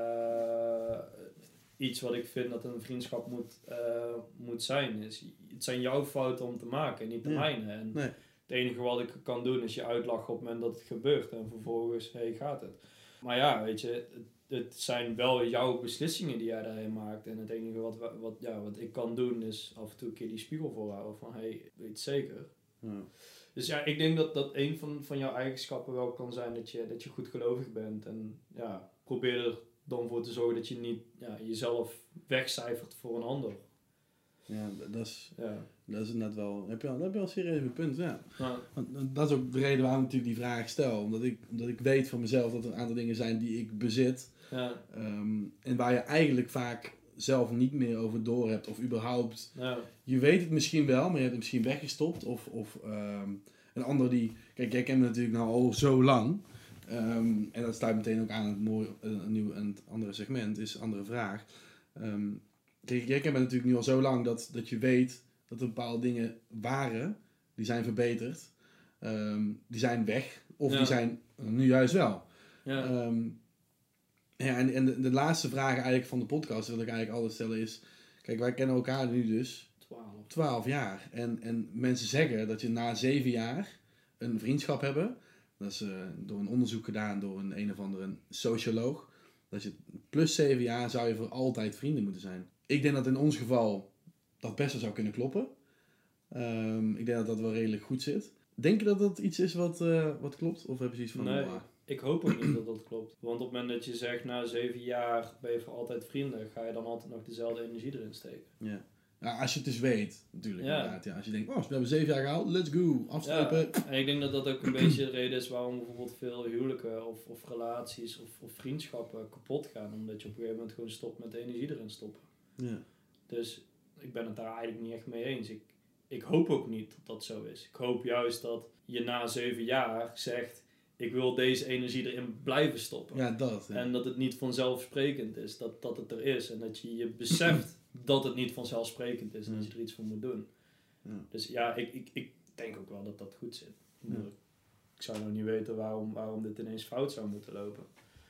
uh, iets wat ik vind dat een vriendschap moet, uh, moet zijn. Is, het zijn jouw fouten om te maken, niet de
Ja.
mijne. En
Nee.
het enige wat ik kan doen is je uitlachen op het moment dat het gebeurt. En vervolgens, hé, hey, gaat het. Maar ja, weet je, het, het zijn wel jouw beslissingen die jij daarin maakt. En het enige wat, wat, ja, wat ik kan doen is af en toe een keer die spiegel voorhouden. Van, hé, hey, weet het zeker.
Ja.
Dus ja, ik denk dat dat een van, van jouw eigenschappen wel kan zijn dat je, dat je goed gelovig bent. En ja, probeer er dan voor te zorgen dat je niet ja, jezelf wegcijfert voor een ander.
Ja, dat is,
Ja.
dat is inderdaad wel, heb je al, heb je al een serieus punt, ja.
Ja.
Want dat is ook de reden waarom ik natuurlijk die vraag stel. Omdat ik, omdat ik weet van mezelf dat er een aantal dingen zijn die ik bezit.
Ja.
Um, en waar je eigenlijk vaak zelf niet meer over door hebt. Of überhaupt,
Ja.
je weet het misschien wel, maar je hebt het misschien weggestopt. Of, of um, een ander die, kijk, jij kent me natuurlijk nou al zo lang. Um, en dat sluit meteen ook aan het mooie, een nieuw, een andere segment, is een andere vraag. Um, kijk, jij kent me natuurlijk nu al zo lang dat, dat je weet dat er bepaalde dingen waren, die zijn verbeterd. Um, die zijn weg, of
Ja.
die zijn nu juist wel.
Ja.
Um, ja, en en de, de laatste vraag eigenlijk van de podcast, wil ik eigenlijk altijd stellen is, kijk, wij kennen elkaar nu dus
twaalf.
twaalf jaar. En, en mensen zeggen dat je na zeven jaar een vriendschap hebben. Dat is uh, door een onderzoek gedaan door een een of andere socioloog. Dat je plus zeven jaar zou je voor altijd vrienden moeten zijn. Ik denk dat in ons geval dat best wel zou kunnen kloppen. Um, ik denk dat dat wel redelijk goed zit. Denk je dat dat iets is wat, uh, wat klopt? Of heb je zoiets van...
Nee,
Oh,
ik hoop ook niet dat dat klopt. Want op het moment dat je zegt, na zeven jaar ben je voor altijd vrienden, ga je dan altijd nog dezelfde energie erin steken.
ja. Ja, als je het dus weet, natuurlijk.
Ja.
Inderdaad, ja. Als je denkt, oh, we hebben zeven jaar gehaald, let's go, afstrepen.
Ja, en ik denk dat dat ook een beetje de reden is waarom bijvoorbeeld veel huwelijken of, of relaties of, of vriendschappen kapot gaan. Omdat je op een gegeven moment gewoon stopt met de energie erin stoppen.
Ja.
Dus ik ben het daar eigenlijk niet echt mee eens. Ik, ik hoop ook niet dat dat zo is. Ik hoop juist dat je na zeven jaar zegt, ik wil deze energie erin blijven stoppen.
Ja, dat. Ja.
En dat het niet vanzelfsprekend is, dat, dat het er is. En dat je je beseft dat het niet vanzelfsprekend is en dat je er iets voor moet doen.
Ja.
Dus ja, ik, ik, ik denk ook wel dat dat goed zit.
Ja.
Ik zou nou niet weten waarom, waarom dit ineens fout zou moeten lopen.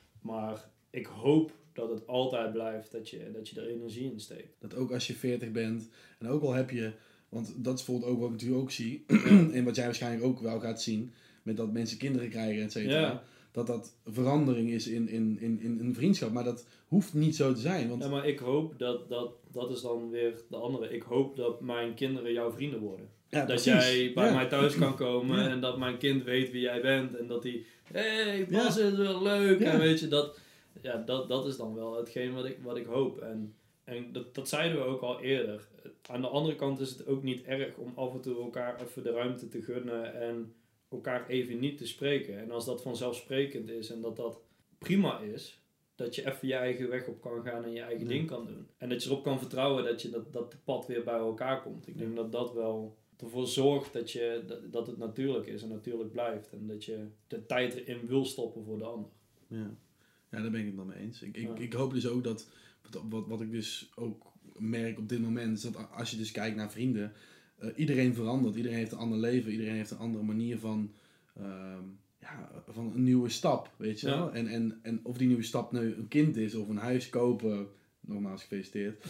Maar ik hoop dat het altijd blijft, dat je, dat je er energie in steekt.
Dat ook als je veertig bent, en ook al heb je, want dat is bijvoorbeeld ook wat ik natuurlijk ook zie, en wat jij waarschijnlijk ook wel gaat zien, met dat mensen kinderen krijgen, et cetera,
Ja.
dat dat verandering is in, in, in, in een vriendschap. Maar dat hoeft niet zo te zijn. Want...
Ja, maar ik hoop dat, dat, dat is dan weer de andere. Ik hoop dat mijn kinderen jouw vrienden worden.
ja,
Dat
precies.
jij bij
ja.
mij thuis kan komen
Ja.
en dat mijn kind weet wie jij bent. En dat hij, hé, hey, Bas
Ja.
is wel leuk.
Ja.
En weet je, dat, ja, dat, dat is dan wel hetgeen wat ik, wat ik hoop. En, en dat, dat zeiden we ook al eerder. Aan de andere kant is het ook niet erg om af en toe elkaar even de ruimte te gunnen en elkaar even niet te spreken. En als dat vanzelfsprekend is en dat dat prima is, dat je even je eigen weg op kan gaan en je eigen
Ja.
ding kan doen. En dat je erop kan vertrouwen dat, je dat, dat de pad weer bij elkaar komt. Ik denk dat dat wel ervoor zorgt dat, je, dat, dat het natuurlijk is en natuurlijk blijft. En dat je de tijd erin wil stoppen voor de ander.
Ja. ja, daar ben ik het dan mee eens. Ik, ik,
Ja.
ik hoop dus ook dat, wat, wat ik dus ook merk op dit moment, is dat als je dus kijkt naar vrienden, uh, iedereen verandert. Iedereen heeft een ander leven. Iedereen heeft een andere manier van, uh, ja, van een nieuwe stap, weet je
Ja.
wel. En, en, en of die nieuwe stap nu een kind is of een huis kopen, nogmaals gefeliciteerd.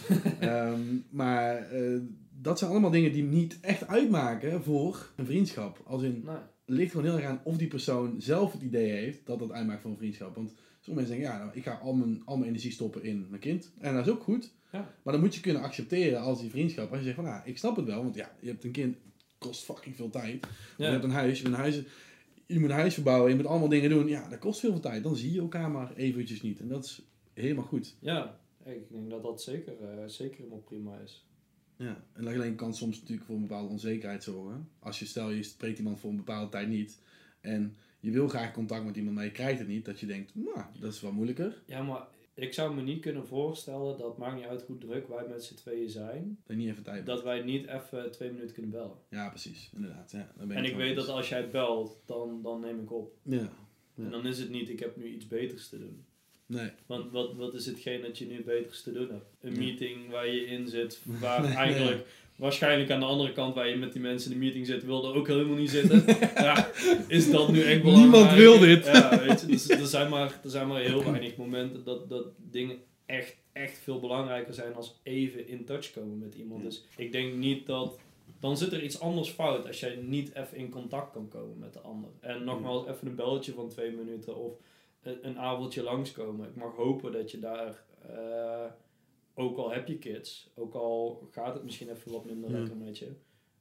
um, maar uh, dat zijn allemaal dingen die niet echt uitmaken voor een vriendschap. Als in,
Nee.
het ligt gewoon heel erg aan of die persoon zelf het idee heeft dat dat uitmaakt voor een vriendschap. Want sommige mensen denken, ja, nou, ik ga al mijn, al mijn energie stoppen in mijn kind. En dat is ook goed.
Ja.
Maar dan moet je kunnen accepteren als die vriendschap. Als je zegt van, nou, ik snap het wel. Want ja, je hebt een kind. kost fucking veel tijd.
Ja.
Je hebt een huis, je moet een huis, je moet een huis verbouwen, je moet allemaal dingen doen. Ja, dat kost veel tijd. Dan zie je elkaar maar eventjes niet. En dat is helemaal goed.
Ja, ik denk dat dat zeker, uh, zeker helemaal prima is.
Ja, en alleen kan soms natuurlijk voor een bepaalde onzekerheid zorgen. Als je stel, je spreekt iemand voor een bepaalde tijd niet. En je wil graag contact met iemand, maar je krijgt het niet. Dat je denkt, nou, dat is wel moeilijker.
Ja, maar ik zou me niet kunnen voorstellen, dat maakt niet uit hoe druk wij met z'n tweeën zijn.
Dat je niet even tijd
Dat wij niet even twee minuten kunnen bellen.
Ja, precies. Inderdaad. Ja, dan ben
En
je
ik
het
weet
wel
dat als jij belt, dan, dan neem ik op.
eens. Ja. Ja.
En dan is het niet, ik heb nu iets beters te doen.
Nee.
Want wat, wat is hetgeen dat je nu beters te doen hebt? Een
Ja.
meeting waar je in zit, waar eigenlijk... Waarschijnlijk aan de andere kant waar je met die mensen in de meeting zit, wilde ook helemaal niet zitten. Ja, is dat nu echt belangrijk?
Niemand wil dit.
Ja, weet je, dus, er, zijn maar, er zijn maar heel weinig momenten dat, dat dingen echt, echt veel belangrijker zijn als even in touch komen met iemand.
Ja.
Dus ik denk niet dat... Dan zit er iets anders fout als jij niet even in contact kan komen met de ander. En nogmaals, even een belletje van twee minuten of een, een avondje langskomen. Ik mag hopen dat je daar... Uh, ook al heb je kids, ook al gaat het misschien even wat minder
Ja.
lekker met je,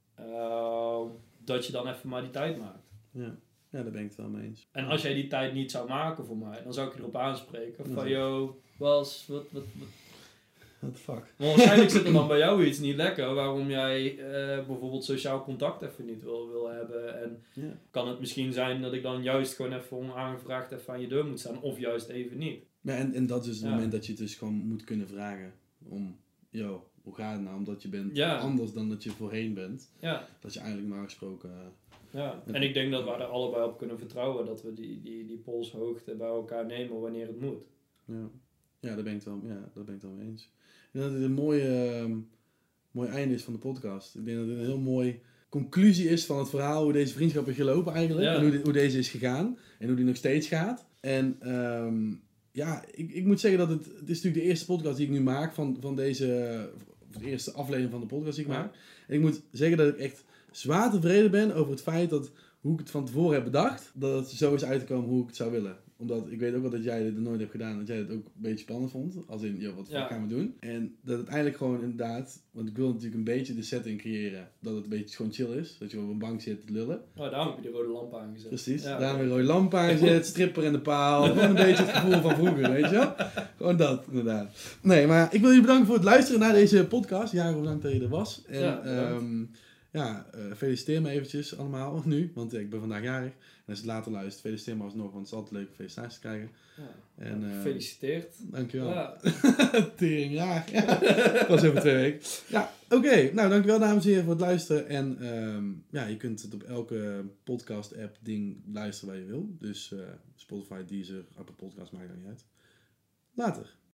uh, dat je dan even maar die tijd maakt.
Ja. Ja, daar ben ik het wel mee eens.
En als jij die tijd niet zou maken voor mij, dan zou ik je erop aanspreken van,
Ja.
yo, Bas, wat, wat, wat.
What the fuck?
Maar waarschijnlijk zit er dan bij jou iets niet lekker, waarom jij uh, bijvoorbeeld sociaal contact even niet wil, wil hebben. En
Ja.
kan het misschien zijn dat ik dan juist gewoon even onaangevraagd even aan je deur moet staan, of juist even niet.
Ja, en, en dat is het
Ja.
moment dat je het dus gewoon moet kunnen vragen. Om, yo, hoe gaat het nou? Omdat je bent
Ja.
anders dan dat je voorheen bent.
Ja.
Dat je eigenlijk maar gesproken... Uh,
Ja, en ik denk dat we er allebei op kunnen vertrouwen dat we die, die, die polshoogte bij elkaar nemen wanneer het moet.
ja. Ja, daar ben ik het wel, ja, daar ben ik het wel mee eens. Ik denk dat het een mooie, uh, mooi einde is van de podcast. Ik denk dat het een heel mooi conclusie is van het verhaal hoe deze vriendschap is gelopen eigenlijk.
Ja.
En hoe, die, hoe deze is gegaan. En hoe die nog steeds gaat. En um, ja, ik, ik moet zeggen dat het... Het is natuurlijk de eerste podcast die ik nu maak van, van deze... De eerste aflevering van de podcast die ik
Ja.
maak. En ik moet zeggen dat ik echt zwaar tevreden ben over het feit dat... Hoe ik het van tevoren heb bedacht. Dat het zo is uitgekomen hoe ik het zou willen. Omdat ik weet ook wel dat jij dit nooit hebt gedaan. Dat jij het ook een beetje spannend vond. Als in, joh, wat
Ja.
gaan we doen? En dat het eigenlijk gewoon inderdaad... Want ik wil natuurlijk een beetje de setting creëren. Dat het een beetje gewoon chill is. Dat je op een bank zit te lullen.
Oh, daarom heb je de rode lamp aangezet.
Precies.
Ja,
Daarom
oké.
weer rode lamp aangezet. Stripper in de paal. Gewoon een beetje het gevoel van vroeger, weet je wel? Gewoon dat, inderdaad. Nee, maar ik wil je bedanken voor het luisteren naar deze podcast. Jaren bedankt dat je er was. En
Ja, bedankt.
um, ja, uh, feliciteer me eventjes allemaal nu. Want uh, ik ben vandaag jarig. En als je het later luistert, feliciteer me alsnog. Want het is altijd leuk om felicitaties te krijgen.
Ja.
En, uh,
Gefeliciteerd.
Dankjewel.
Ja.
Tering, ja. Dat was over twee weken. Ja, oké. Okay. Nou, dankjewel dames en heren voor het luisteren. En um, ja, je kunt het op elke podcast-app ding luisteren waar je wil. Dus uh, Spotify, Deezer, Apple Podcast, maakt dat niet uit. Later.